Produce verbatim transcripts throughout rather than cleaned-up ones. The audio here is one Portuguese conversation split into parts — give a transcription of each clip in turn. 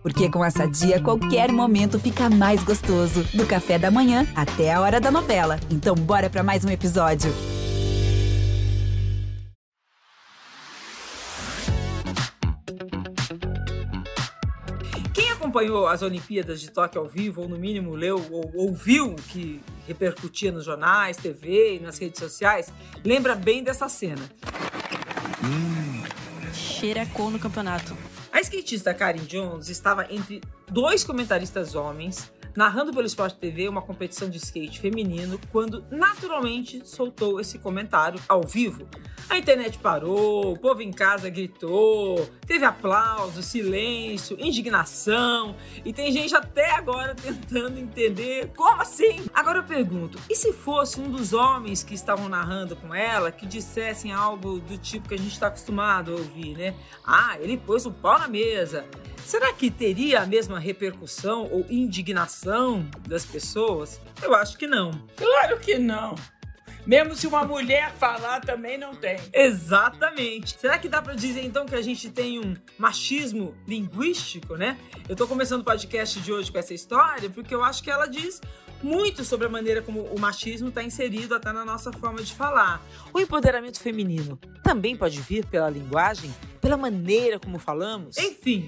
Porque com a Sadia, qualquer momento fica mais gostoso. Do café da manhã até a hora da novela. Então bora pra mais um episódio. Quem acompanhou as Olimpíadas de Tóquio ao vivo, ou no mínimo leu ou ouviu o que repercutia nos jornais, T V e nas redes sociais, lembra bem dessa cena. Hum. Xerecou no campeonato. A skatista Karen Jones estava entre dois comentaristas homens, narrando pelo Sport T V uma competição de skate feminino, quando naturalmente soltou esse comentário ao vivo. A internet parou, o povo em casa gritou, teve aplauso, silêncio, indignação, e tem gente até agora tentando entender como assim. Agora eu pergunto, e se fosse um dos homens que estavam narrando com ela que dissessem algo do tipo que a gente está acostumado a ouvir, né? Ah, ele pôs o pau na mesa. Será que teria a mesma repercussão ou indignação das pessoas? Eu acho que não. Claro que não. Mesmo se uma mulher falar, também não tem. Exatamente. Será que dá pra dizer, então, que a gente tem um machismo linguístico, né? Eu tô começando o podcast de hoje com essa história porque eu acho que ela diz muito sobre a maneira como o machismo está inserido até na nossa forma de falar. O empoderamento feminino também pode vir pela linguagem, pela maneira como falamos. Enfim,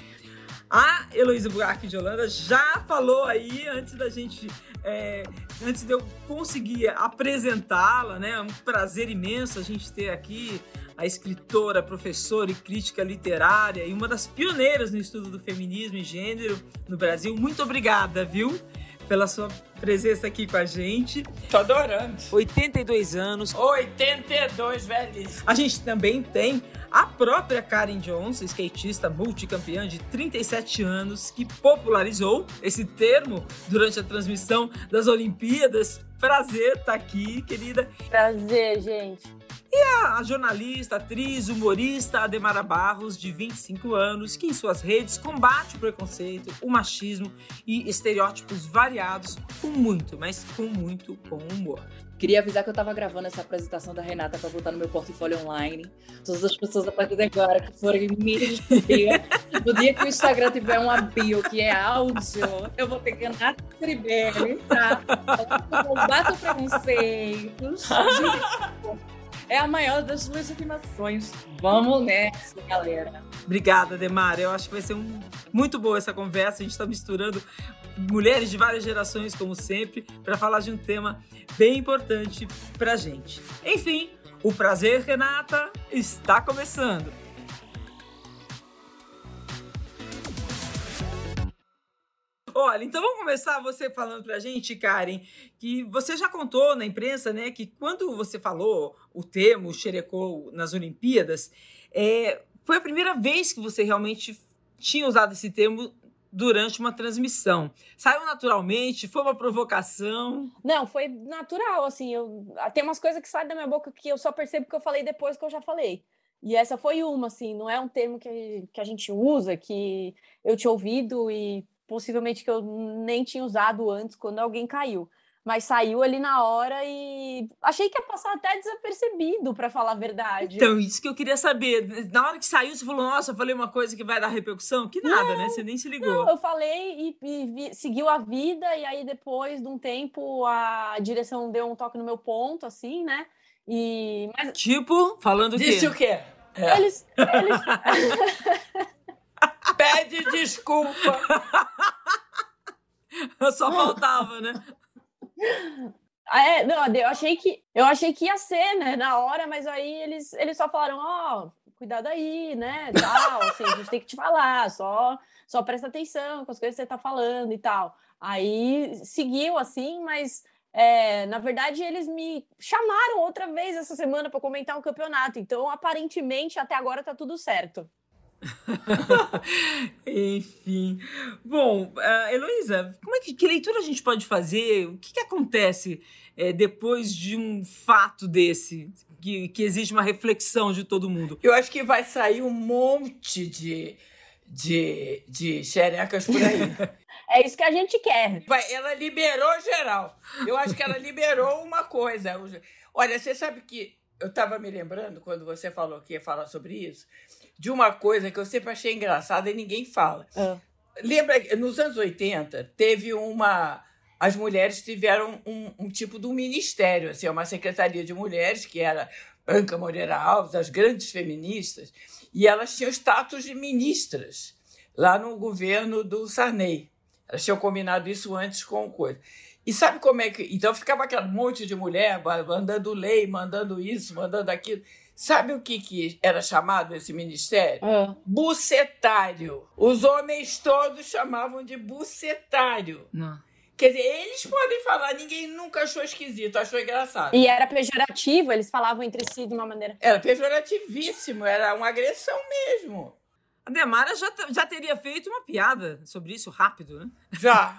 a Heloísa Buarque de Holanda já falou aí antes da gente... É, antes de eu conseguir apresentá-la, né? É um prazer imenso a gente ter aqui a escritora, professora e crítica literária e uma das pioneiras no estudo do feminismo e gênero no Brasil. Muito obrigada, viu? Pela sua presença aqui com a gente. Tô adorando. oitenta e dois anos. oitenta e dois, velhíssimo. A gente também tem a própria Karen Jones, skatista multicampeã de trinta e sete anos, que popularizou esse termo durante a transmissão das Olimpíadas. Prazer estar aqui, querida. Prazer, gente. E a, a jornalista, atriz, humorista Ademara Barros, de vinte e cinco anos, que em suas redes combate o preconceito, o machismo e estereótipos variados com muito, mas com muito bom humor. Queria avisar que eu tava gravando essa apresentação da Renata pra botar no meu portfólio online. Todas as pessoas a partir de agora que forem me descobrir, no dia que o Instagram tiver uma bio que é áudio, eu vou ter que andar de Ceribelli, tá? Combate o preconceito. É a maior das legitimações. Vamos nessa, galera. Obrigada, Demara. Eu acho que vai ser um... muito boa essa conversa. A gente está misturando mulheres de várias gerações, como sempre, para falar de um tema bem importante pra gente. Enfim, o Prazer, Renata, está começando. Olha, então vamos começar você falando pra gente, Karen, que você já contou na imprensa, né, que quando você falou o termo xerecou nas Olimpíadas, é, foi a primeira vez que você realmente tinha usado esse termo durante uma transmissão. Saiu naturalmente? Foi uma provocação? Não, foi natural, assim, eu, tem umas coisas que saem da minha boca que eu só percebo que eu falei depois que eu já falei. E essa foi uma, assim, não é um termo que, que a gente usa, que eu tinha ouvido e possivelmente que eu nem tinha usado antes quando alguém caiu. Mas saiu ali na hora e achei que ia passar até desapercebido, para falar a verdade. Então, isso que eu queria saber. Na hora que saiu, você falou, nossa, eu falei uma coisa que vai dar repercussão? Que nada, não, né? Você nem se ligou. Não, eu falei e, e vi, seguiu a vida, e aí depois de um tempo a direção deu um toque no meu ponto, assim, né? E... Mas... Tipo, falando o quê? Disse o quê? É. Eles... eles... Pede desculpa. Só faltava, né? É, não, eu achei que eu achei que ia ser, né, na hora, mas aí eles, eles só falaram, ó, oh, cuidado aí, né, tal, assim, a gente tem que te falar, só, só presta atenção com as coisas que você tá falando e tal. Aí seguiu assim, mas é, na verdade eles me chamaram outra vez essa semana para comentar um campeonato, então aparentemente até agora tá tudo certo. Enfim. Bom, uh, Heloísa, como é que, que leitura a gente pode fazer? O que, que acontece é, depois de um fato desse, que, que exige uma reflexão de todo mundo? Eu acho que vai sair um monte de, de, de xerecas por aí. É isso que a gente quer. Vai, ela liberou geral. Eu acho que ela liberou uma coisa. Olha, você sabe que eu estava me lembrando, quando você falou que ia falar sobre isso, de uma coisa que eu sempre achei engraçada e ninguém fala. Ah. lembra, nos anos oitenta, teve uma... As mulheres tiveram um, um tipo de um ministério, assim, uma secretaria de mulheres, que era Branca Moreira Alves, as grandes feministas, e elas tinham status de ministras lá no governo do Sarney. Elas tinham combinado isso antes com coisa. E sabe como é que... Então ficava aquele monte de mulher mandando lei, mandando isso, mandando aquilo. Sabe o que, que era chamado esse ministério? Ah. Bucetário. Os homens todos chamavam de bucetário. Não. Quer dizer, eles podem falar, ninguém nunca achou esquisito, achou engraçado. E era pejorativo, eles falavam entre si de uma maneira... Era pejorativíssimo, era uma agressão mesmo. A Demara já, já teria feito uma piada sobre isso rápido, né? Já.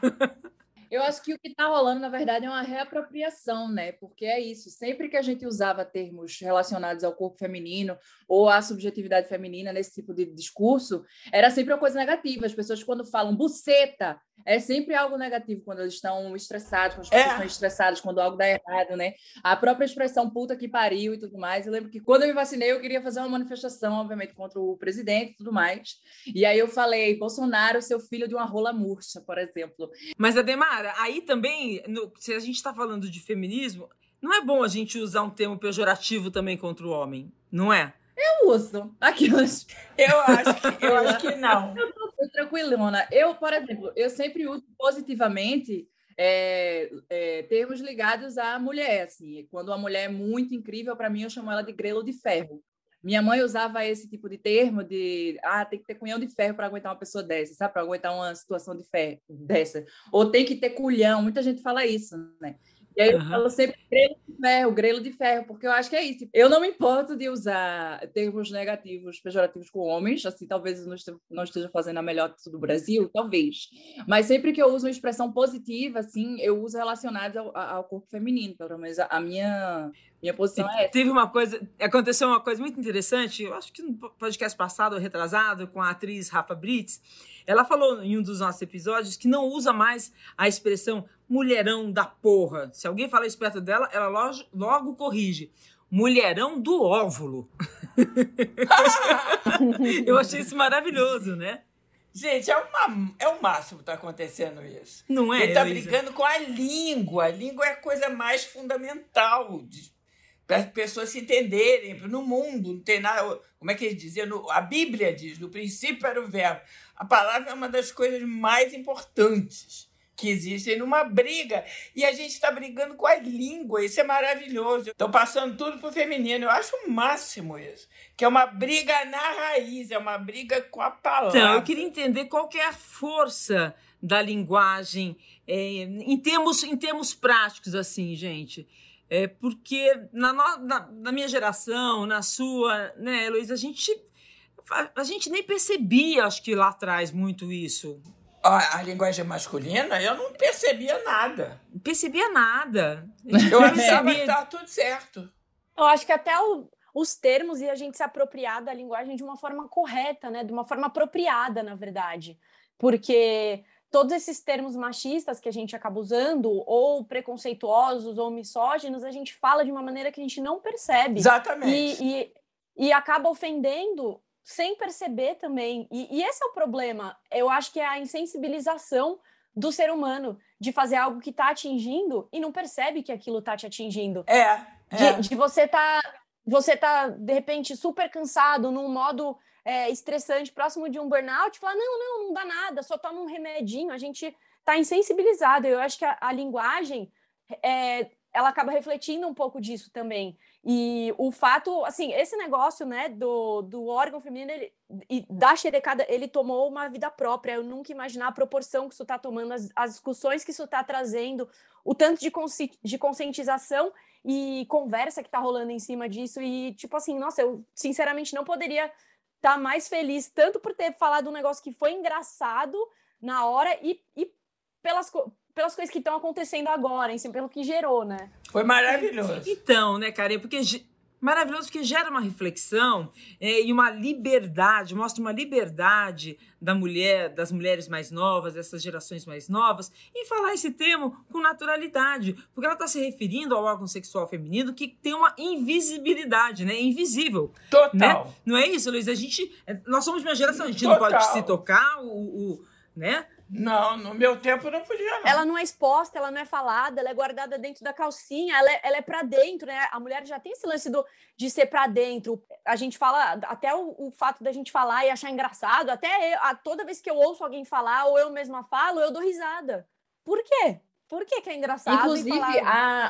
Eu acho que o que está rolando, na verdade, é uma reapropriação, né? Porque é isso. Sempre que a gente usava termos relacionados ao corpo feminino ou à subjetividade feminina nesse tipo de discurso, era sempre uma coisa negativa. As pessoas, quando falam buceta, é sempre algo negativo quando eles estão estressados, quando as pessoas É. estão estressadas, quando algo dá errado, né? A própria expressão puta que pariu e tudo mais. Eu lembro que quando eu me vacinei, eu queria fazer uma manifestação, obviamente, contra o presidente e tudo mais. E aí eu falei, Bolsonaro, seu filho de uma rola murcha, por exemplo. Mas, Ademara, aí também, no, se a gente está falando de feminismo, não é bom a gente usar um termo pejorativo também contra o homem, não é? Eu uso aquelas... Eu acho que, eu acho que não. Tô tranquilona. Eu, por exemplo, eu sempre uso positivamente é, é, termos ligados à mulher. Assim. Quando a mulher é muito incrível, para mim, eu chamo ela de grelo de ferro. Minha mãe usava esse tipo de termo de ah, tem que ter cunhão de ferro para aguentar uma pessoa dessa, sabe? Para aguentar uma situação de ferro dessa. Ou tem que ter culhão. Muita gente fala isso, né? E aí eu Uhum. falo sempre grelo de ferro, grelo de ferro, porque eu acho que é isso. Eu não me importo de usar termos negativos, pejorativos com homens, assim, talvez eu não esteja, não esteja fazendo a melhor do Brasil, talvez. Mas sempre que eu uso uma expressão positiva, assim, eu uso relacionada ao, ao corpo feminino, pelo menos a, a minha, minha posição é essa. Teve uma coisa, aconteceu uma coisa muito interessante, eu acho que no podcast passado ou retrasado, com a atriz Rafa Brits, ela falou em um dos nossos episódios que não usa mais a expressão mulherão da porra. Se alguém fala isso perto dela, ela logo, logo corrige. Mulherão do óvulo. Eu achei isso maravilhoso, né? Gente, é, uma, é o máximo que está acontecendo isso. Não é, Ele está Heloísa? brigando com a língua. A língua é a coisa mais fundamental para as pessoas se entenderem. No mundo, não tem nada... Como é que ele dizia? No, a Bíblia diz, no princípio era o verbo. A palavra é uma das coisas mais importantes que existem numa briga. E a gente está brigando com a língua. Isso é maravilhoso. Estão passando tudo para o feminino. Eu acho o máximo isso. Que é uma briga na raiz. É uma briga com a palavra. Então, eu queria entender qual que é a força da linguagem é, em, termos, em termos práticos, assim, gente. É, porque na, no, na, na minha geração, na sua, né, Heloísa, a gente, a, a gente nem percebia, acho que lá atrás, muito isso. A, a linguagem masculina, eu não percebia nada. Não percebia nada. Eu achava que estava tudo certo. Eu acho que até o, os termos e a gente se apropriar da linguagem de uma forma correta, né? De uma forma apropriada, na verdade. Porque todos esses termos machistas que a gente acaba usando, ou preconceituosos, ou misóginos, a gente fala de uma maneira que a gente não percebe. Exatamente. E, e, e acaba ofendendo sem perceber também. E, e esse é o problema. Eu acho que é a insensibilização do ser humano de fazer algo que está atingindo e não percebe que aquilo está te atingindo. É, é. De, de você tá, você tá, de repente, super cansado, num modo é, estressante, próximo de um burnout, e falar, não, não, não dá nada, só toma um remedinho. A gente tá insensibilizado. Eu acho que a, a linguagem, é, ela acaba refletindo um pouco disso também. E o fato, assim, esse negócio, né, do, do órgão feminino ele, e da xerecada, ele tomou uma vida própria. Eu nunca imaginar a proporção que isso está tomando, as, as discussões que isso está trazendo, o tanto de, consci, de conscientização e conversa que está rolando em cima disso. E, tipo assim, nossa, eu sinceramente não poderia estar tá mais feliz, tanto por ter falado um negócio que foi engraçado na hora e, e pelas coisas. pelas coisas que estão acontecendo agora, assim, pelo que gerou, né? Foi maravilhoso. Então, né, Karen, porque maravilhoso porque gera uma reflexão é, e uma liberdade, mostra uma liberdade da mulher, das mulheres mais novas, dessas gerações mais novas, em falar esse termo com naturalidade, porque ela está se referindo ao órgão sexual feminino que tem uma invisibilidade, né? É invisível. Total. Né? Não é isso, Luiz? A gente, nós somos uma geração, a gente Total. não pode se tocar, o... o né? Não, no meu tempo não podia, não. Ela não é exposta, ela não é falada, ela é guardada dentro da calcinha, ela é, ela é pra dentro, né? A mulher já tem esse lance do, de ser pra dentro. A gente fala, até o, o fato da gente falar e achar engraçado, até eu, a, toda vez que eu ouço alguém falar, ou eu mesma falo, eu dou risada. Por quê? Por que que é engraçado? Inclusive, falar... a,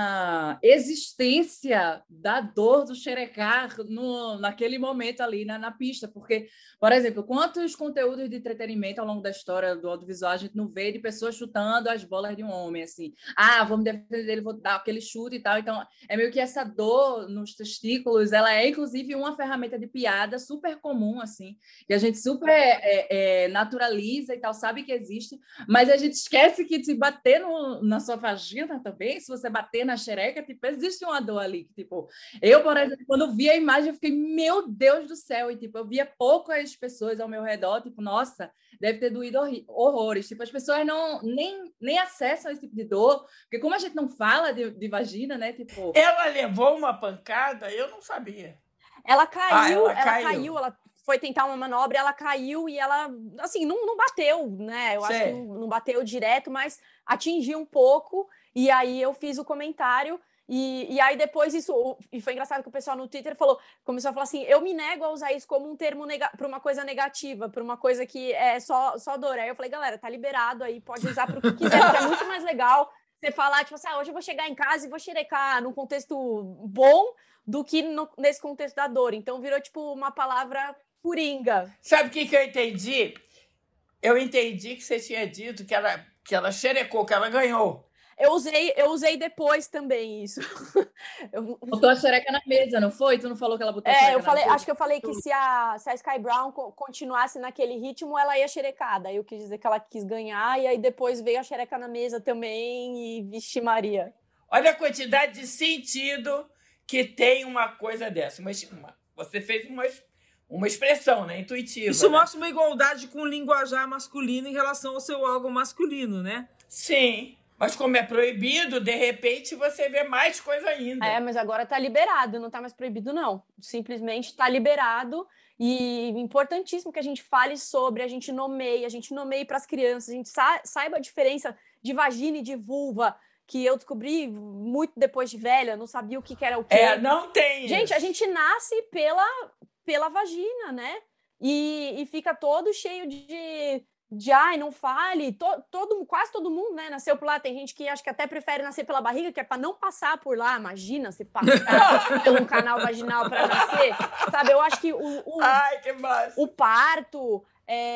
a existência da dor do xerecar no, naquele momento ali na, na pista, porque, por exemplo, quantos conteúdos de entretenimento ao longo da história do audiovisual a gente não vê de pessoas chutando as bolas de um homem, assim, ah, vamos defender ele, vou dar aquele chute e tal, então é meio que essa dor nos testículos, ela é inclusive uma ferramenta de piada super comum, assim, que a gente super é, é, naturaliza e tal, sabe que existe, mas a gente esquece que se bater no, na sua vagina também, se você bater na xereca, tipo, existe uma dor ali. Tipo, eu, por exemplo, quando vi a imagem, eu fiquei, meu Deus do céu, e tipo, eu via poucas pessoas ao meu redor, tipo, nossa, deve ter doído horrores. Tipo, as pessoas não nem, nem acessam esse tipo de dor, porque como a gente não fala de, de vagina, né? Tipo. Ela levou uma pancada, eu não sabia. Ela caiu, ah, ela, ela caiu. caiu, ela foi tentar uma manobra, ela caiu e ela, assim, não, não bateu, né? Eu Sei. acho que não, não bateu direto, mas atingiu um pouco, e aí eu fiz o comentário, e, e aí depois isso, e foi engraçado que o pessoal no Twitter falou, começou a falar assim, eu me nego a usar isso como um termo para uma coisa negativa, para uma coisa que é só, só dor. Aí eu falei, galera, tá liberado aí, pode usar para o que quiser, porque é muito mais legal você falar, tipo assim, ah, hoje eu vou chegar em casa e vou xerecar num contexto bom, do que no, nesse contexto da dor. Então virou, tipo, uma palavra coringa. Sabe o que, que eu entendi? Eu entendi que você tinha dito que ela, que ela xerecou, que ela ganhou. Eu usei, eu usei depois também isso. eu... Botou a xereca na mesa, não foi? Tu não falou que ela botou é, a xereca eu falei, na mesa? acho que eu falei que se a, se a Sky Brown continuasse naquele ritmo, ela ia xerecar. Daí eu quis dizer que ela quis ganhar, e aí depois veio a xereca na mesa também, e vixe Maria. Olha a quantidade de sentido que tem uma coisa dessa. Uma, uma, você fez uma, uma expressão, né? Intuitiva. Isso né? mostra uma igualdade com o linguajar masculino em relação ao seu órgão masculino, né? Sim. Mas como é proibido, de repente você vê mais coisa ainda. É, mas agora tá liberado, não tá mais proibido, não. Simplesmente tá liberado, e importantíssimo que a gente fale sobre, a gente nomeie, a gente nomeie para as crianças, a gente sa- saiba a diferença de vagina e de vulva, que eu descobri muito depois de velha, não sabia o que, que era o quê. É, não tem Gente, isso. a gente nasce pela, pela vagina, né? E, e fica todo cheio de... de ai, não fale, to, todo, quase todo mundo, né, nasceu por lá. Tem gente que acho que até prefere nascer pela barriga, que é para não passar por lá. Imagina você passar por um canal vaginal para nascer, sabe? Eu acho que o, o, ai, que massa. o parto,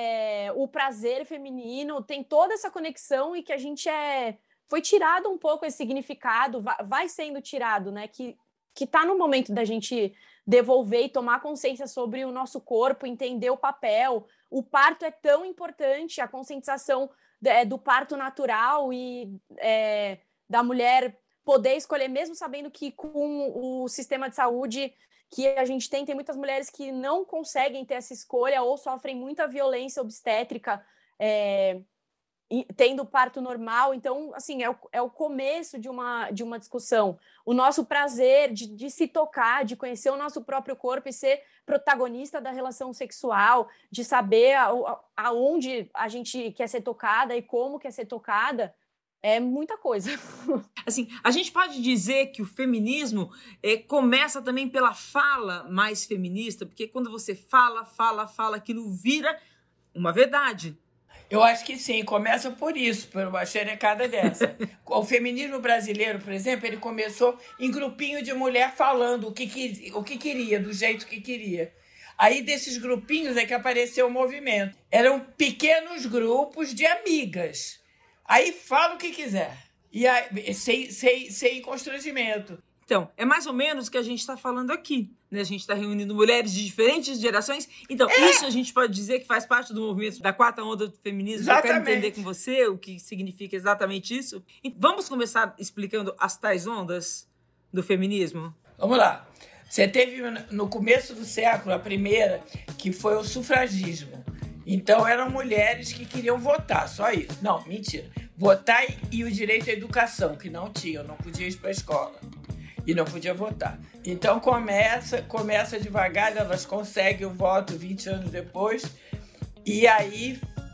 é, o prazer feminino tem toda essa conexão, e que a gente é foi tirado um pouco esse significado, vai, vai sendo tirado, né? Que que tá no momento da gente devolver e tomar consciência sobre o nosso corpo, entender o papel. O parto é tão importante, a conscientização é, do parto natural e é, da mulher poder escolher, mesmo sabendo que com o sistema de saúde que a gente tem, tem muitas mulheres que não conseguem ter essa escolha ou sofrem muita violência obstétrica, é, tendo parto normal. Então, assim, é o, é o começo de uma, de uma discussão. O nosso prazer de, de se tocar, de conhecer o nosso próprio corpo e ser protagonista da relação sexual, de saber a, a, aonde a gente quer ser tocada e como quer ser tocada, é muita coisa. Assim, a gente pode dizer que o feminismo é, começa também pela fala mais feminista, porque quando você fala, fala, fala, aquilo vira uma verdade. Eu acho que sim, começa por isso, por uma xerecada dessa. O feminismo brasileiro, por exemplo, ele começou em grupinho de mulher falando o que, que, o que queria, do jeito que queria. Aí, desses grupinhos, é que apareceu o movimento. Eram pequenos grupos de amigas. Aí fala o que quiser. E aí, sem, sem, sem constrangimento. Então, é mais ou menos o que a gente está falando aqui, né? A gente está reunindo mulheres de diferentes gerações. Então, é. isso a gente pode dizer que faz parte do movimento da quarta onda do feminismo. Exatamente. Eu quero entender com você o que significa exatamente isso. E vamos começar explicando as tais ondas do feminismo? Vamos lá. Você teve, no começo do século, a primeira, que foi o sufragismo. Então, eram mulheres que queriam votar, só isso. Não, mentira. Votar e o direito à educação, que não tinham, não podia ir para a escola. E não podia votar. Então começa, começa devagar, elas conseguem o voto vinte anos depois, e aí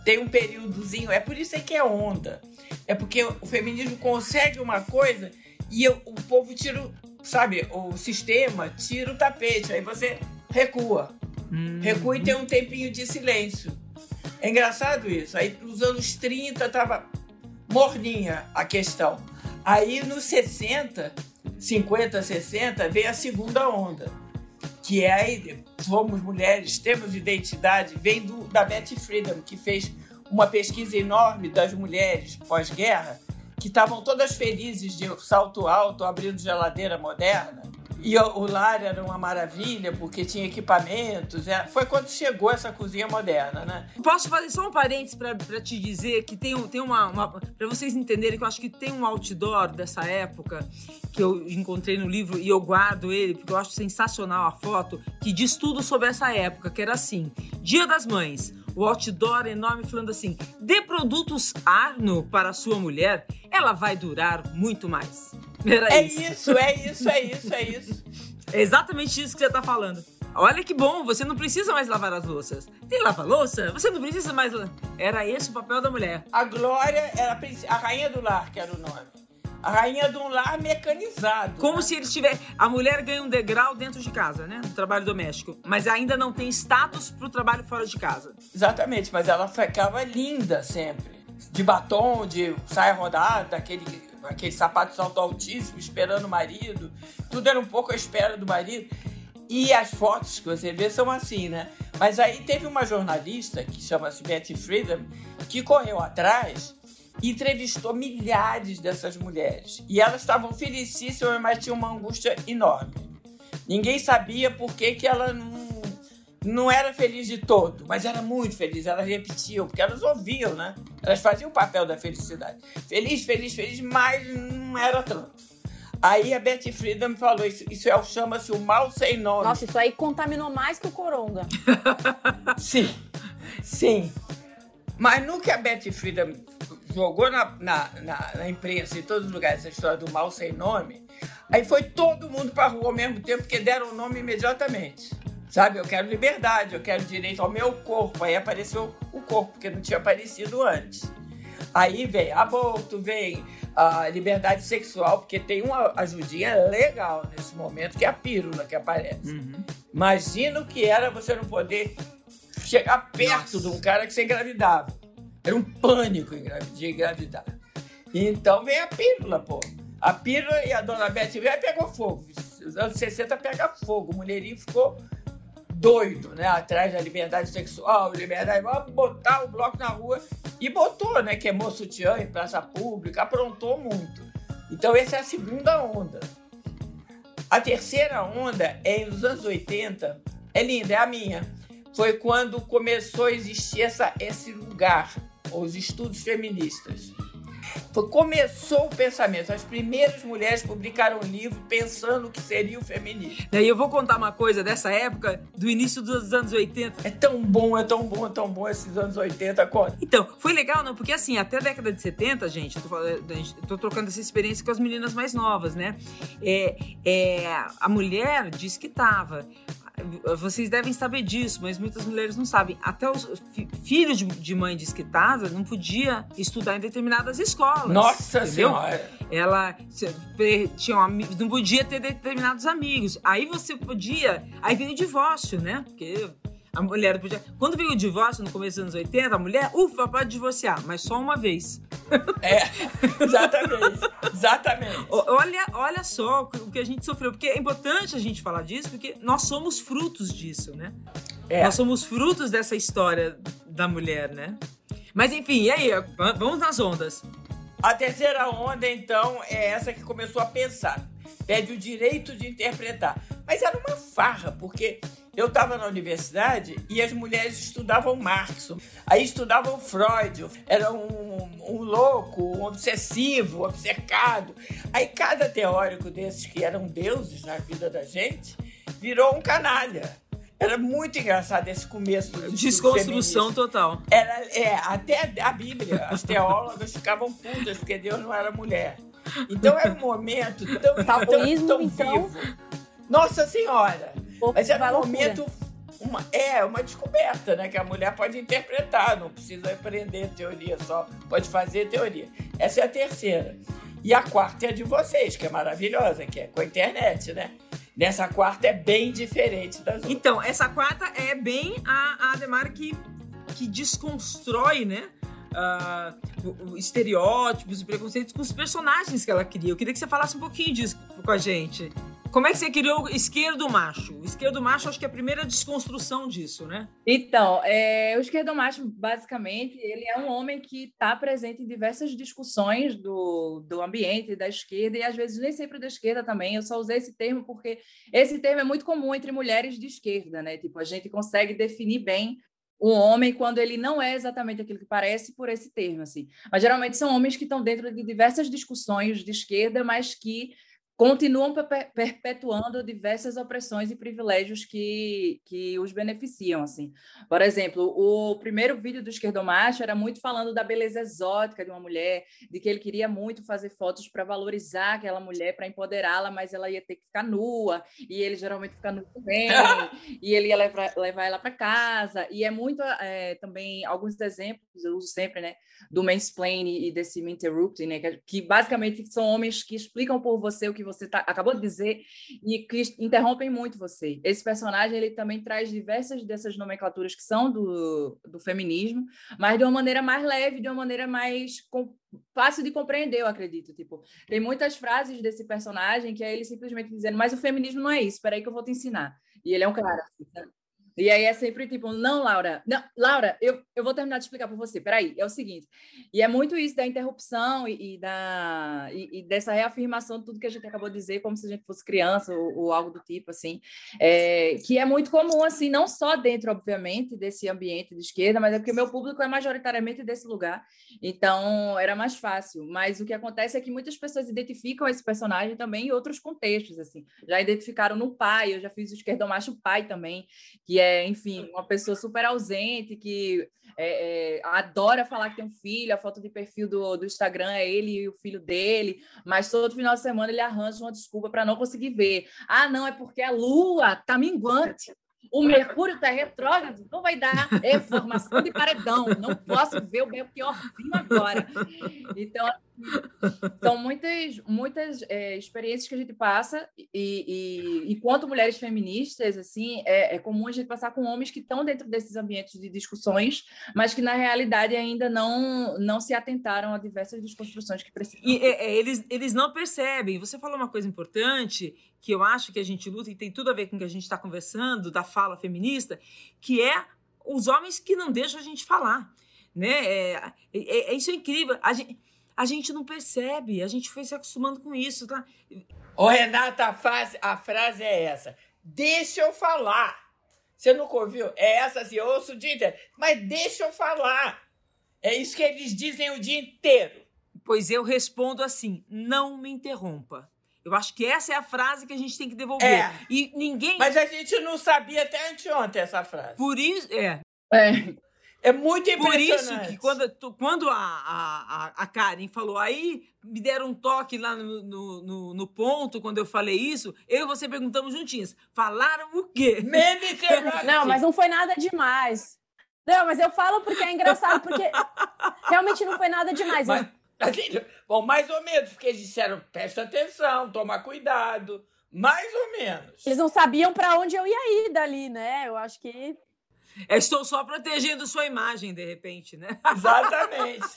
tem um períodozinho, é por isso que é onda. É porque o feminismo consegue uma coisa e o, o povo tira, sabe, o sistema tira o tapete, aí você recua. Hum. Recua e tem um tempinho de silêncio. É engraçado isso. Aí nos anos trinta tava morninha a questão. Aí nos sessenta, cinquenta, sessenta, veio a segunda onda. Que é aí, somos mulheres, temos identidade, vem do, da Betty Friedan, que fez uma pesquisa enorme das mulheres pós-guerra, que estavam todas felizes de salto alto, abrindo geladeira moderna. E o, o lar era uma maravilha, porque tinha equipamentos. É, foi quando chegou essa cozinha moderna, né? Posso fazer só um parênteses para te dizer que tem, tem uma... uma para vocês entenderem que eu acho que tem um outdoor dessa época que eu encontrei no livro e eu guardo ele, porque eu acho sensacional a foto, que diz tudo sobre essa época, que era assim: Dia das Mães, o outdoor enorme falando assim: dê produtos Arno para a sua mulher, ela vai durar muito mais. Era é isso. isso, é isso, é isso, é isso. É exatamente isso que você tá falando. Olha que bom, você não precisa mais lavar as louças. Tem lava-louça? Você não precisa mais... Era esse o papel da mulher. A Glória era a, princ... a rainha do lar, que era o nome. A rainha de um lar mecanizado. Como né? se eles tivessem... A mulher ganha um degrau dentro de casa, né? Do trabalho doméstico. Mas ainda não tem status pro trabalho fora de casa. Exatamente, mas ela ficava linda sempre. De batom, de saia rodada, aquele... aquele sapato de salto altíssimo, esperando o marido. Tudo era um pouco à espera do marido. E as fotos que você vê são assim, né? Mas aí teve uma jornalista, que chama-se Betty Friedan, que correu atrás e entrevistou milhares dessas mulheres. E elas estavam felicíssimas, mas tinham uma angústia enorme. Ninguém sabia por que, que ela não, não era feliz de todo, mas era muito feliz. Elas repetiam, porque elas ouviam, né? Elas faziam o papel da felicidade. Feliz, feliz, feliz, mas não era tanto. Aí a Betty Friedan me falou, isso, isso é, chama-se o mal sem nome. Nossa, isso aí contaminou mais que o coronga. Sim, sim. Mas no que a Betty Friedan jogou na, na, na, na imprensa, em todos os lugares, essa história do mal sem nome, aí foi todo mundo pra rua ao mesmo tempo, porque deram o nome imediatamente. Sabe, eu quero liberdade, eu quero direito ao meu corpo. Aí apareceu o corpo, porque não tinha aparecido antes. Aí vem aborto, vem a liberdade sexual, porque tem uma ajudinha legal nesse momento, que é a pílula que aparece. Uhum. Imagina o que era você não poder chegar perto Nossa. de um cara que você engravidava. Era um pânico de engravidar. Então vem a pílula, pô. A pílula e a dona Betty veio e pegou fogo. Os anos sessenta pega fogo. O mulherinho ficou doido, né? Atrás da liberdade sexual, liberdade... Vamos botar o bloco na rua. E botou, né? Queimou sutiã em praça pública, aprontou muito. Então essa é a segunda onda. A terceira onda é nos anos oitenta. É linda, é a minha. Foi quando começou a existir essa, esse lugar, os estudos feministas. Foi, começou o pensamento. As primeiras mulheres publicaram um livro pensando o que seria o feminismo. E eu vou contar uma coisa dessa época, do início dos anos oitenta. É tão bom, é tão bom, é tão bom esses anos oitenta. Conta. Então, foi legal, não? Porque assim, até a década de setenta, gente, eu tô, falando, eu tô trocando essa experiência com as meninas mais novas, né? É, é, a mulher disse que tava... Vocês devem saber disso, mas muitas mulheres não sabem. Até os fi- filhos de, de mãe desquitada não podia estudar em determinadas escolas. Nossa entendeu? Senhora! Ela tinha um, não podia ter determinados amigos. Aí você podia... Aí veio o divórcio, né? Porque a mulher podia... Quando veio o divórcio, no começo dos anos oitenta, a mulher, ufa, pode divorciar, mas só uma vez. É, exatamente, exatamente. Olha, olha só o que a gente sofreu, porque é importante a gente falar disso, porque nós somos frutos disso, né? É. Nós somos frutos dessa história da mulher, né? Mas enfim, e aí? Vamos nas ondas. A terceira onda, então, é essa que começou a pensar. Pede o direito de interpretar. Mas era uma farra, porque... Eu estava na universidade e as mulheres estudavam Marx, aí estudavam Freud, era um, um louco, um obsessivo, um obcecado. Aí cada teórico desses que eram deuses na vida da gente virou um canalha. Era muito engraçado esse começo do desconstrução total. Era, é, até a Bíblia, as teólogas ficavam putas porque Deus não era mulher. Então era um momento tão, tão, tão, tão então... vivo. Nossa Senhora! Mas era um momento uma, é uma descoberta, né? Que a mulher pode interpretar, não precisa aprender teoria só, pode fazer teoria. Essa é a terceira. E a quarta é a de vocês, que é maravilhosa, que é com a internet, né? Nessa quarta é bem diferente das outras. Então, essa quarta é bem a, a Ademar que, que desconstrói, né? Uh, estereótipos e preconceitos com os personagens que ela cria. Eu queria que você falasse um pouquinho disso com a gente. Como é que você criou o esquerdo macho? O esquerdo macho, acho que é a primeira desconstrução disso, né? Então, é, o esquerdo macho, basicamente, ele é um homem que está presente em diversas discussões do, do ambiente, da esquerda, e às vezes nem sempre da esquerda também. Eu só usei esse termo porque esse termo é muito comum entre mulheres de esquerda, né? Tipo, a gente consegue definir bem o homem quando ele não é exatamente aquilo que parece por esse termo, assim. Mas geralmente são homens que estão dentro de diversas discussões de esquerda, mas que continuam perpetuando diversas opressões e privilégios que, que os beneficiam, assim. Por exemplo, o primeiro vídeo do esquerdomacho era muito falando da beleza exótica de uma mulher, de que ele queria muito fazer fotos para valorizar aquela mulher, para empoderá-la, mas ela ia ter que ficar nua, e ele geralmente fica nu também, e ele ia levar, levar ela para casa, e é muito, é, também, alguns exemplos, eu uso sempre, né, do mansplaining e desse me interrupting, né, que, que basicamente são homens que explicam por você o que você tá, acabou de dizer e que interrompem muito você. Esse personagem ele também traz diversas dessas nomenclaturas que são do, do feminismo, mas de uma maneira mais leve, de uma maneira mais com, fácil de compreender, eu acredito. Tipo, tem muitas frases desse personagem que é ele simplesmente dizendo, mas o feminismo não é isso, espera aí que eu vou te ensinar. E ele é um cara assim, sabe? E aí é sempre tipo, não, Laura, não, Laura, eu, eu vou terminar de explicar para você, peraí, é o seguinte, e é muito isso da interrupção e, e, da, e, e dessa reafirmação de tudo que a gente acabou de dizer, como se a gente fosse criança ou, ou algo do tipo, assim, é, que é muito comum, assim, não só dentro, obviamente, desse ambiente de esquerda, mas é porque meu público é majoritariamente desse lugar, então era mais fácil, mas o que acontece é que muitas pessoas identificam esse personagem também em outros contextos, assim, já identificaram no pai, eu já fiz o esquerdomacho pai também, que é É, enfim, uma pessoa super ausente, que é, é, adora falar que tem um filho, a foto de perfil do, do Instagram é ele e o filho dele, mas todo final de semana ele arranja uma desculpa para não conseguir ver. Ah, não, é porque a Lua está minguante, o Mercúrio está retrógrado, não vai dar, é formação de paredão, não posso ver o Belchiorzinho agora. Então, são muitas, muitas é, experiências que a gente passa e, e enquanto mulheres feministas, assim, é, é comum a gente passar com homens que estão dentro desses ambientes de discussões, mas que, na realidade, ainda não, não se atentaram a diversas desconstruções que precisam. E é, eles, eles não percebem. Você falou uma coisa importante que eu acho que a gente luta e tem tudo a ver com o que a gente está conversando, da fala feminista, que é os homens que não deixam a gente falar. Né? É, é, é, isso é incrível. A gente... A gente não percebe, a gente foi se acostumando com isso, tá? Ô, Renata, a frase, a frase é essa. Deixa eu falar. Você nunca ouviu? É essa assim, eu ouço o dia inteiro. Mas deixa eu falar. É isso que eles dizem o dia inteiro. Pois eu respondo assim, não me interrompa. Eu acho que essa é a frase que a gente tem que devolver. É. E ninguém... Mas a gente não sabia até anteontem essa frase. Por isso, é... É. É muito impressionante. Por isso que quando, quando a, a, a Karen falou, aí me deram um toque lá no, no, no, no ponto, quando eu falei isso, eu e você perguntamos juntinhos, falaram o quê? Não, mas não foi nada demais. Não, mas eu falo porque é engraçado, porque realmente não foi nada demais. Mas, assim, bom, mais ou menos, porque eles disseram, presta atenção, toma cuidado, mais ou menos. Eles não sabiam para onde eu ia ir dali, né? Eu acho que... Eu estou só protegendo sua imagem, de repente, né? Exatamente.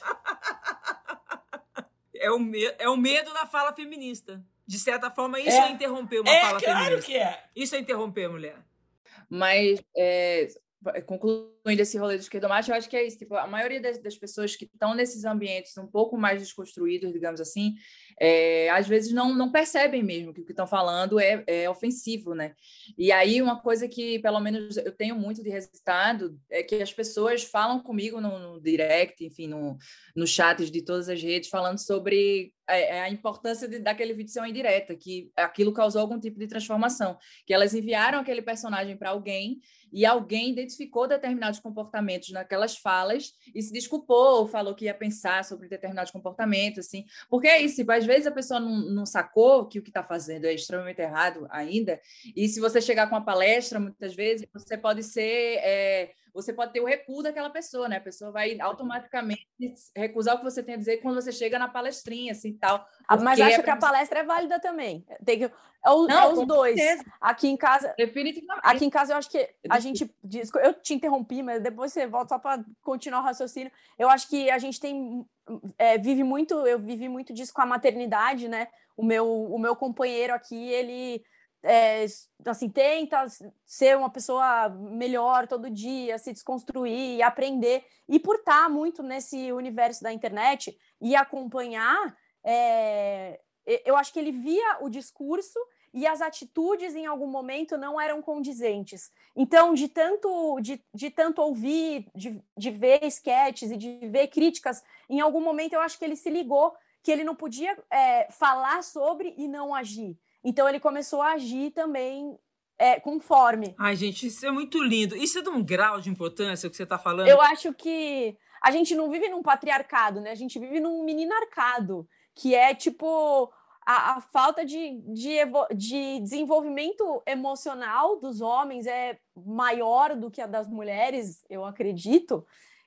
É o, me- é o medo da fala feminista. De certa forma, isso é, é interromper uma é, fala claro feminista. Que é. Isso é interromper a mulher. Mas, é, concluindo esse rolê do esquerdomacho, eu acho que é isso. Tipo, a maioria das, das pessoas que estão nesses ambientes um pouco mais desconstruídos, digamos assim, é, às vezes não, não percebem mesmo que o que estão falando é, é ofensivo, né? E aí uma coisa que, pelo menos, eu tenho muito de resultado é que as pessoas falam comigo no, no direct, enfim, no, no chats de todas as redes, falando sobre a, a importância de, daquele vídeo ser uma indireta, que aquilo causou algum tipo de transformação, que elas enviaram aquele personagem para alguém e alguém identificou determinados comportamentos naquelas falas e se desculpou, falou que ia pensar sobre determinados comportamentos, assim, porque é isso, tipo, às vezes a pessoa não, não sacou que o que está fazendo é extremamente errado ainda, e se você chegar com uma palestra, muitas vezes, você pode ser... É, você pode ter o recuo daquela pessoa, né? A pessoa vai automaticamente recusar o que você tem a dizer quando você chega na palestrinha, assim, tal. Mas acho é que a palestra é válida também. Tem que, é, o, Não, é os dois. Certeza. Aqui em casa... Definitivamente. Aqui em casa eu acho que a gente... Eu te interrompi, mas depois você volta só para continuar o raciocínio. Eu acho que a gente tem... É, vive muito... Eu vivi muito disso com a maternidade, né? O meu, o meu companheiro aqui, ele... É, assim, tenta ser uma pessoa melhor todo dia, se desconstruir, aprender, e por estar muito nesse universo da internet e acompanhar, é, eu acho que ele via o discurso e as atitudes em algum momento não eram condizentes. Então, de tanto, de, de tanto ouvir, de, de ver esquetes e de ver críticas, em algum momento eu acho que ele se ligou que ele não podia é, falar sobre e não agir. Então, ele começou a agir também é, conforme. Ai, gente, isso é muito lindo. Isso é de um grau de importância que você está falando. Eu acho que a gente não vive num patriarcado, né? A gente vive num meninarcado, que é, tipo, a, a falta de, de, de desenvolvimento emocional dos homens é maior do que a das mulheres, eu acredito.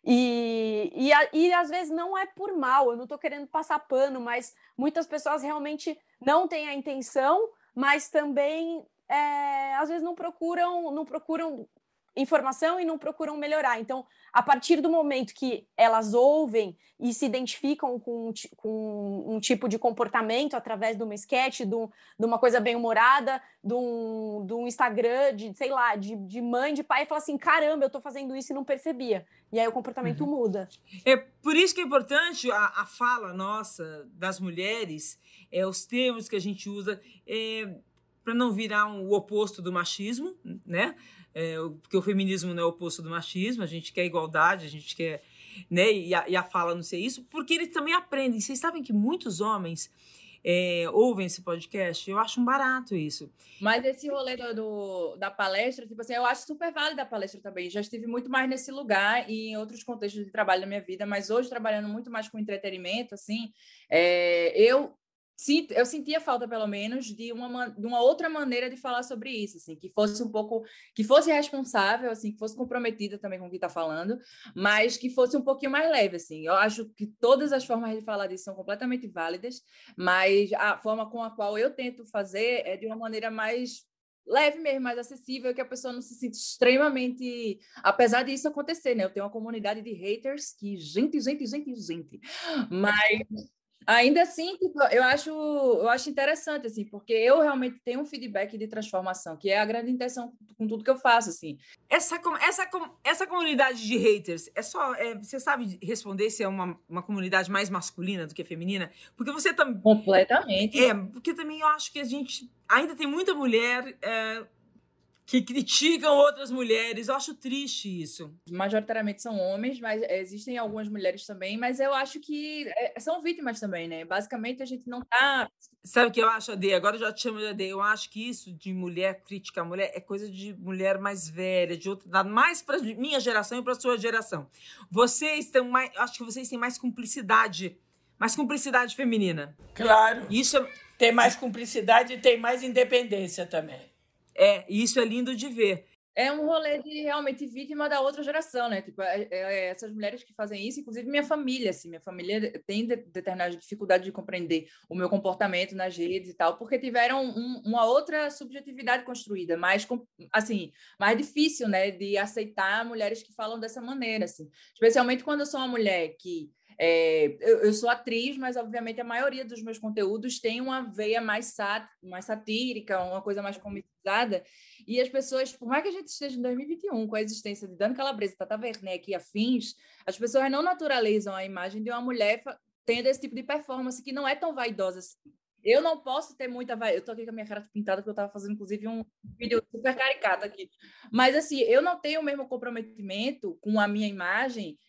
E, e, e às vezes não é por mal, eu não estou querendo passar pano, mas muitas pessoas realmente não têm a intenção, mas também é, às vezes não procuram, não procuram informação e não procuram melhorar. Então, a partir do momento que elas ouvem e se identificam com, com um tipo de comportamento através de uma sketch, de, um, de uma coisa bem humorada, de um, de um Instagram, de, sei lá, de, de mãe, de pai, e fala assim, caramba, eu tô fazendo isso e não percebia. E aí o comportamento uhum. muda. É por isso que é importante a, a fala nossa das mulheres, é, os termos que a gente usa, é, para não virar um, o oposto do machismo, né? É, porque o feminismo não é o oposto do machismo, a gente quer igualdade, a gente quer, né, e a, e a fala não ser isso, porque eles também aprendem. Vocês sabem que muitos homens é, ouvem esse podcast? Eu acho um barato isso. Mas esse rolê do, do, da palestra, tipo assim, eu acho super válida a palestra também. Já estive muito mais nesse lugar e em outros contextos de trabalho da minha vida, mas hoje, trabalhando muito mais com entretenimento, assim, é, eu... Sim, eu sentia falta, pelo menos, de uma, de uma outra maneira de falar sobre isso, assim, que fosse um pouco, que fosse responsável, assim, que fosse comprometida também com o que está falando, mas que fosse um pouquinho mais leve, assim. Eu acho que todas as formas de falar disso são completamente válidas, mas a forma com a qual eu tento fazer é de uma maneira mais leve mesmo, mais acessível, que a pessoa não se sinta extremamente... Apesar disso acontecer, né? Eu tenho uma comunidade de haters que, gente, gente, gente, gente, mas... Ainda assim, tipo, eu acho, eu acho interessante, assim, porque eu realmente tenho um feedback de transformação, que é a grande intenção com tudo que eu faço, assim. Essa, essa, essa comunidade de haters, é só, é, você sabe responder se é uma, uma comunidade mais masculina do que feminina? Porque você também... Completamente. É, porque também eu acho que a gente ainda tem muita mulher... É, que criticam outras mulheres. Eu acho triste isso. Majoritariamente são homens, mas existem algumas mulheres também, mas eu acho que são vítimas também, né? Basicamente, a gente não tá... Sabe o que eu acho, Ade? Agora eu já te chamo de Ade. Eu acho que isso de mulher criticar mulher é coisa de mulher mais velha, de outra, mais para minha geração e para sua geração. Vocês têm mais... Acho que vocês têm mais cumplicidade, mais cumplicidade feminina. Claro. Isso é... Tem mais cumplicidade e tem mais independência também. É, e isso é lindo de ver. É um rolê de realmente vítima da outra geração, né? Tipo, é, é, essas mulheres que fazem isso, inclusive minha família, assim, minha família tem de, determinada dificuldade de compreender o meu comportamento nas redes e tal, porque tiveram um, uma outra subjetividade construída, mais, assim, mais difícil, né? De aceitar mulheres que falam dessa maneira, assim. Especialmente quando eu sou uma mulher que É, eu, eu sou atriz, mas, obviamente, a maioria dos meus conteúdos tem uma veia mais, sat, mais satírica, uma coisa mais cometizada, e as pessoas, por mais que a gente esteja em dois mil e vinte e um com a existência de Dani Calabresa, Tata Werneck e afins, as pessoas não naturalizam a imagem de uma mulher tendo esse tipo de performance que não é tão vaidosa assim. Eu não posso ter muita vaidade. Eu tô aqui com a minha cara pintada, porque eu tava fazendo, inclusive, um vídeo super caricato aqui. Mas, assim, eu não tenho o mesmo comprometimento com a minha imagem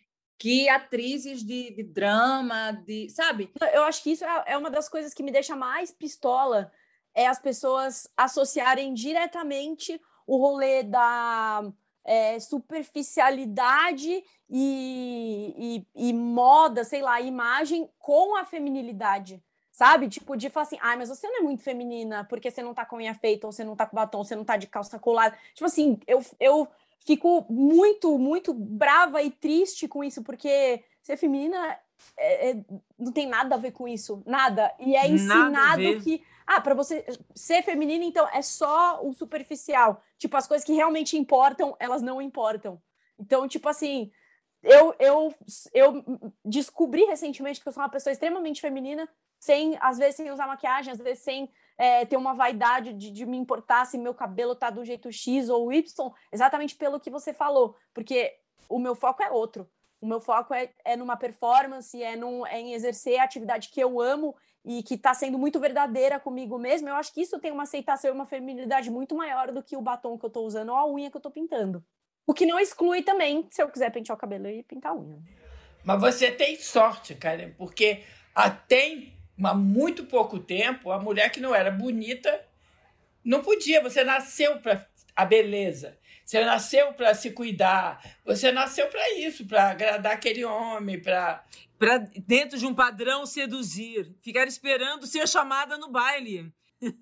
que atrizes de, de drama, de, sabe? Eu acho que isso é, é uma das coisas que me deixa mais pistola, é as pessoas associarem diretamente o rolê da é, superficialidade e, e, e moda, sei lá, imagem com a feminilidade, sabe? Tipo, de falar assim, ah, mas você não é muito feminina porque você não tá com unha feita, ou você não tá com batom, você não tá de calça colada. Tipo assim, eu... eu fico muito, muito brava e triste com isso, porque ser feminina é, é, não tem nada a ver com isso, nada. E é ensinado que, ah, para você ser feminina, então, é só o superficial. Tipo, as coisas que realmente importam, elas não importam. Então, tipo assim, eu, eu, eu descobri recentemente que eu sou uma pessoa extremamente feminina, sem, às vezes, sem usar maquiagem, às vezes sem é, ter uma vaidade de, de me importar se meu cabelo tá do jeito X ou Y, exatamente pelo que você falou, porque o meu foco é outro. O meu foco é, é numa performance, é, num, é em exercer a atividade que eu amo e que tá sendo muito verdadeira comigo mesmo. Eu acho que isso tem uma aceitação e uma feminilidade muito maior do que o batom que eu tô usando ou a unha que eu tô pintando. O que não exclui também, se eu quiser pentear o cabelo e pintar a unha. Mas você tem sorte, cara, porque até há muito pouco tempo, a mulher que não era bonita não podia. Você nasceu para a beleza. Você nasceu para se cuidar. Você nasceu para isso, para agradar aquele homem, para... Para, dentro de um padrão, seduzir. Ficar esperando ser chamada no baile.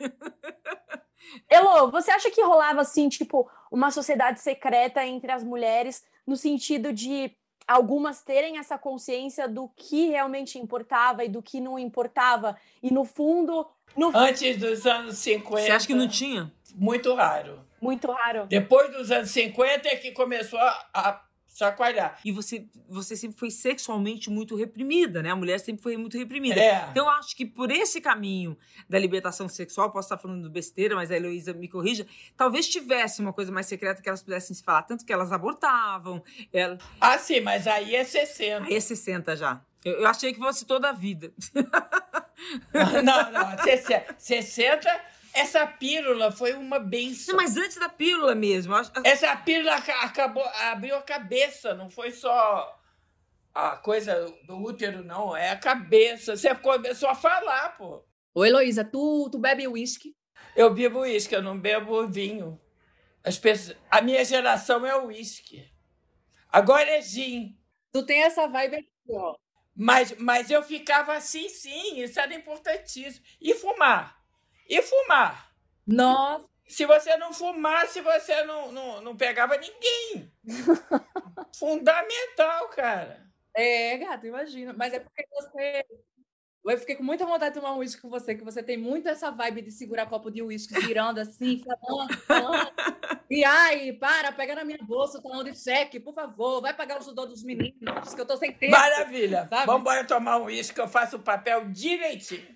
Elô, você acha que rolava, assim, tipo, uma sociedade secreta entre as mulheres, no sentido de algumas terem essa consciência do que realmente importava e do que não importava? E, no fundo... No... Antes dos anos cinquenta... Você acha que não tinha? Muito raro. Muito raro. Depois dos anos cinquenta é que começou a, a chacoalhar. E você, você sempre foi sexualmente muito reprimida, né? A mulher sempre foi muito reprimida. É. Então, eu acho que por esse caminho da libertação sexual, posso estar falando besteira, mas a Heloísa me corrija, talvez tivesse uma coisa mais secreta que elas pudessem se falar, tanto que elas abortavam. Ela... Ah, sim, mas aí é sessenta. Aí é sessenta já. Eu, eu achei que fosse toda a vida. Não, não, sessenta... Essa pílula foi uma benção. Não, mas antes da pílula mesmo. Acho... Essa pílula acabou, abriu a cabeça, não foi só a coisa do útero, não. É a cabeça. Você começou a falar, pô. Ô, Heloísa, tu, tu bebe uísque? Eu bebo uísque, eu não bebo vinho. As pessoas... A minha geração é uísque. Agora é gin. Tu tem essa vibe aqui, ó. Mas, mas eu ficava assim, sim. Isso era importantíssimo. E fumar. E fumar. Nossa. Se você não fumasse, você não, não, não pegava ninguém. Fundamental, cara. É, gato, imagina. Mas é porque você... Eu fiquei com muita vontade de tomar um uísque com você, que você tem muito essa vibe de segurar copo de uísque, girando assim, falando, falando. E ai, para, pega na minha bolsa, talão de cheque, por favor, vai pagar o judô dos meninos, que eu tô sem tempo. Maravilha. Sabe? Vamos embora tomar um uísque, que eu faço o papel direitinho.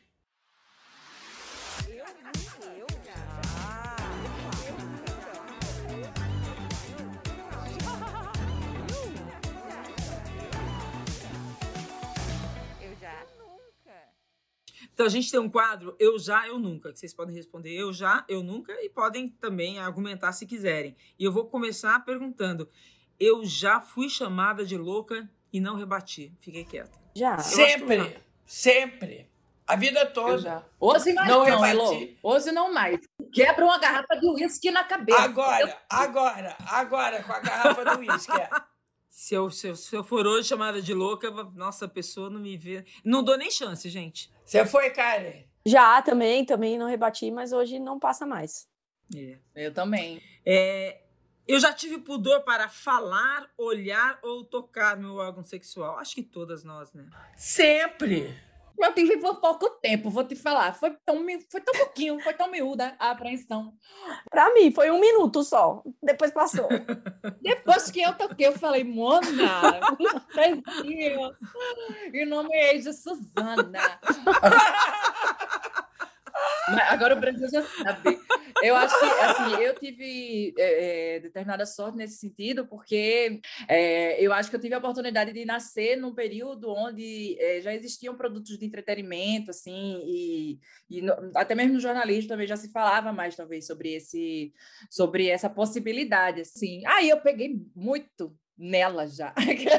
Então, a gente tem um quadro, Eu Já, Eu Nunca, que vocês podem responder eu já, eu nunca, e podem também argumentar se quiserem. E eu vou começar perguntando, eu já fui chamada de louca e não rebati. Fiquei quieta. Já. Sempre, sempre. A vida toda. Já. Hoje mais não, não, Elô. Hoje não mais. Quebra uma garrafa de uísque na cabeça. Agora, eu... agora, agora, com a garrafa do uísque, é. Se eu, se, eu, se eu for hoje chamada de louca, nossa, a pessoa não me vê. Não dou nem chance, gente. Você foi, Karen? Já, também, também não rebati, mas hoje não passa mais. É. Eu também. É, eu já tive pudor para falar, olhar ou tocar meu órgão sexual. Acho que todas nós, né? Sempre. Eu tive por pouco tempo, vou te falar. Foi tão, foi tão pouquinho, foi tão miúda a apreensão. Pra mim, foi um minuto só. Depois passou. Depois que eu toquei, eu falei, Mona, e nome é de Suzana. Mas agora o Brasil já sabe. Eu acho que, assim, eu tive é, determinada sorte nesse sentido, porque é, eu acho que eu tive a oportunidade de nascer num período onde é, já existiam produtos de entretenimento, assim, e, e no, até mesmo no jornalismo também já se falava mais, talvez, sobre, esse, sobre essa possibilidade, assim. Aí eu peguei muito nela já.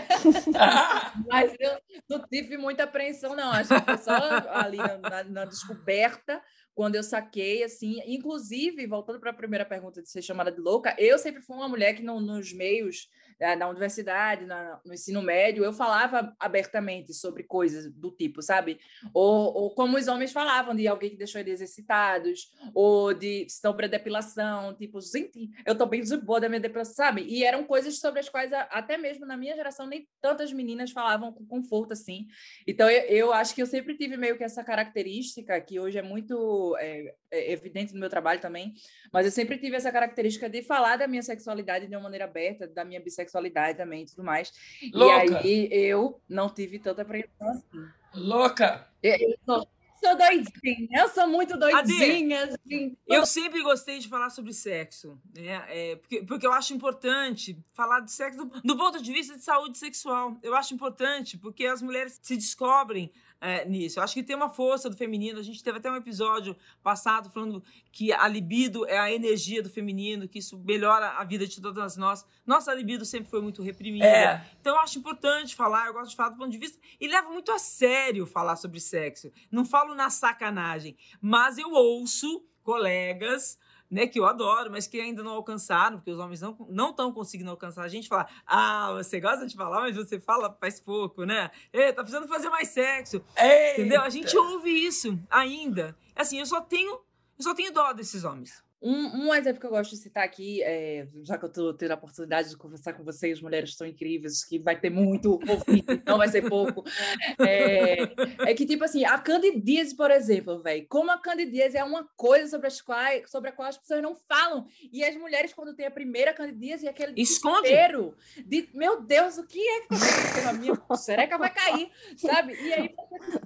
Mas eu não tive muita apreensão, não. Acho que foi só ali na, na, na descoberta, quando eu saquei, assim. Inclusive, voltando para a primeira pergunta de ser chamada de louca, eu sempre fui uma mulher que não, nos meios, na universidade, na, no ensino médio, eu falava abertamente sobre coisas do tipo, sabe? Ou, ou como os homens falavam, de alguém que deixou eles excitados, ou de sobre a depilação, tipo, gente, eu tô bem de boa da minha depilação, sabe? E eram coisas sobre as quais, até mesmo na minha geração, nem tantas meninas falavam com conforto assim. Então, eu, eu acho que eu sempre tive meio que essa característica, que hoje é muito é, é evidente no meu trabalho também, mas eu sempre tive essa característica de falar da minha sexualidade de uma maneira aberta, da minha bissexualidade também e tudo mais. Louca. E aí eu não tive tanta apreensão assim. Louca! Eu, eu sou, sou doidinha, eu sou muito doidinha. Assim. Eu sempre gostei de falar sobre sexo, né? É, porque, porque eu acho importante falar de sexo do, do ponto de vista de saúde sexual. Eu acho importante porque as mulheres se descobrem É, nisso. Eu acho que tem uma força do feminino. A gente teve até um episódio passado falando que a libido é a energia do feminino, que isso melhora a vida de todas nós. Nossa libido sempre foi muito reprimida. É. Então eu acho importante falar, eu gosto de falar do ponto de vista, e levo muito a sério falar sobre sexo. Não falo na sacanagem, mas eu ouço colegas, né, que eu adoro, mas que ainda não alcançaram, porque os homens não não estão conseguindo alcançar. A gente fala, ah, você gosta de falar, mas você fala faz pouco, né? Ei, tá precisando fazer mais sexo. Eita. Entendeu? A gente ouve isso ainda. Assim, eu só tenho, eu só tenho dó desses homens. Um, um exemplo que eu gosto de citar aqui, é, já que eu estou tendo a oportunidade de conversar com vocês, mulheres tão incríveis, que vai ter muito ouvido, não vai ser pouco, é, é que, tipo assim, a candidíase, por exemplo, velho, como a candidíase é uma coisa sobre, as quais, sobre a qual as pessoas não falam, e as mulheres, quando tem a primeira candidíase, é aquele Esconde. desespero de, meu Deus, o que é que está acontecendo? A minha xereca vai cair, sabe? E aí...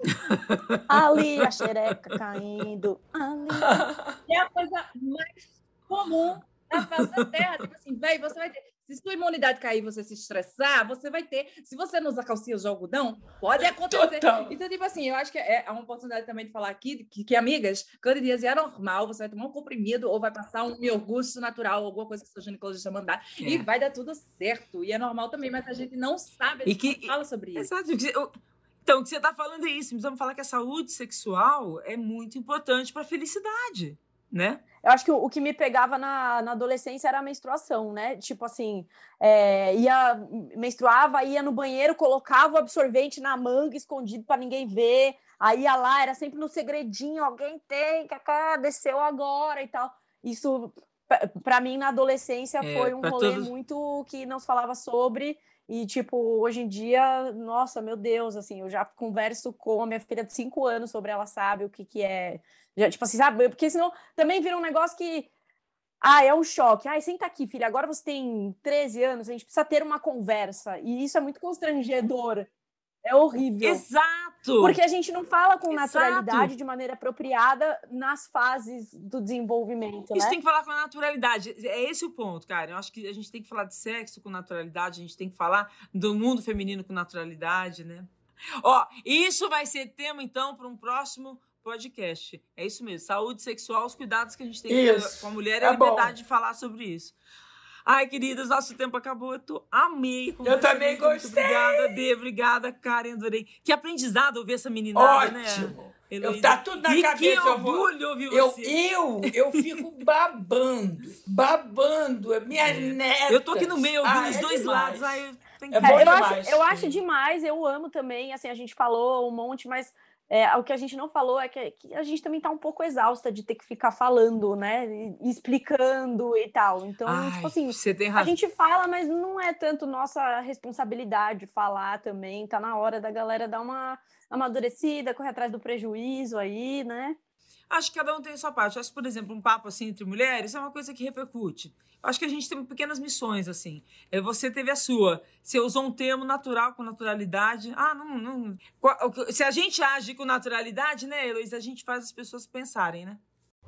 Ali, a xereca caindo, ali. É a coisa mais comum da face da Terra. Tipo assim, velho, você vai ter... Se sua imunidade cair e você se estressar, você vai ter... Se você não usar calcinha de algodão, pode acontecer. Total. Então, tipo assim, eu acho que é uma oportunidade também de falar aqui que, que amigas, candidíase é normal, você vai tomar um comprimido ou vai passar um iogurte natural, alguma coisa que seu ginecologista mandar, É. e vai dar tudo certo. E é normal também, mas a gente não sabe, a gente E que- não fala sobre isso. Exato. Então, o que você está falando é isso. Precisamos falar que a saúde sexual é muito importante para a felicidade, né? Eu acho que o, o que me pegava na, na adolescência era a menstruação, né? Tipo assim, é, ia, menstruava, ia no banheiro, colocava o absorvente na manga, escondido para ninguém ver. Aí ia lá, era sempre no segredinho, alguém tem, cacá, desceu agora e tal. Isso, para mim, na adolescência, É, foi um pra rolê todos- muito que não se falava sobre. E, tipo, hoje em dia, nossa, meu Deus, assim, eu já converso com a minha filha de cinco anos sobre ela sabe o que que é. Já, tipo assim, sabe? Porque senão também vira um negócio que... Ah, é um choque. Ah, senta aqui, filha, agora você tem treze anos, a gente precisa ter uma conversa. E isso é muito constrangedor. É horrível. Exato! Porque a gente não fala com Exato. naturalidade, de maneira apropriada, nas fases do desenvolvimento, Isso né? tem que falar com a naturalidade. É esse o ponto, cara. Eu acho que a gente tem que falar de sexo com naturalidade, a gente tem que falar do mundo feminino com naturalidade, né? Ó, isso vai ser tema, então, para um próximo podcast. É isso mesmo. Saúde sexual, os cuidados que a gente tem Isso. com a mulher e É a liberdade bom. de falar sobre isso. Ai, queridas, nosso tempo acabou. Eu tô, amei. Eu também Muito, muito gostei. Obrigada, Dê. Obrigada, Karen. Adorei. Que aprendizado ouvir essa meninada, né? Ótimo. Eu, Heloísa. tá tudo na E cabeça. que eu vou- orgulho ouvir Eu, você. eu, eu fico babando, babando, é minha neta. Eu tô aqui no meio ouvindo Ah, os é dois demais. lados. Ai, eu tenho É que- bom É, eu, demais. acho, eu acho demais, eu amo também, assim, a gente falou um monte, mas é, o que a gente não falou é que, que a gente também tá um pouco exausta de ter que ficar falando, né, e explicando e tal, então, Ai, tipo assim, você tem a razão. gente fala, mas não é tanto nossa responsabilidade falar também, tá na hora da galera dar uma amadurecida, correr atrás do prejuízo aí, né? Acho que cada um tem a sua parte. Acho que, por exemplo, um papo assim entre mulheres é uma coisa que repercute. Acho que a gente tem pequenas missões, assim. É, você teve a sua. Você usou um termo natural com naturalidade. Ah, não, não. Se a gente age com naturalidade, né, Heloísa, a gente faz as pessoas pensarem, né?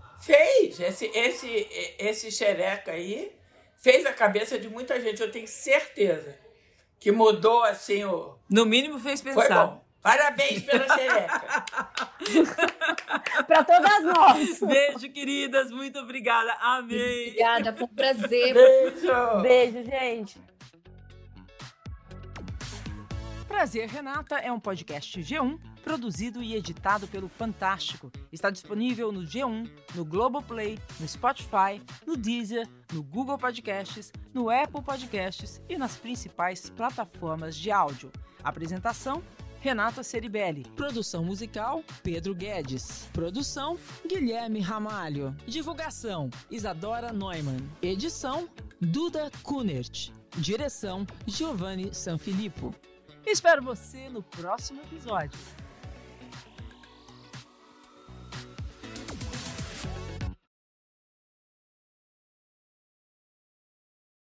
Fez. Esse, esse, esse xereca aí fez a cabeça de muita gente, eu tenho certeza. Que mudou, assim, o... No mínimo fez Foi pensar. bom. Parabéns pela xereca. Para todas nós. Beijo, queridas. Muito obrigada. Amei. Obrigada, foi um prazer. Beijo. Beijo, gente. Prazer, Renata é um podcast G um, produzido e editado pelo Fantástico. Está disponível no G um, no Globoplay, no Spotify, no Deezer, no Google Podcasts, no Apple Podcasts e nas principais plataformas de áudio. Apresentação: Renata Ceribelli. Produção musical: Pedro Guedes. Produção: Guilherme Ramalho. Divulgação: Isadora Neumann. Edição: Duda Kunert. Direção: Giovanni Sanfilippo. Espero você no próximo episódio.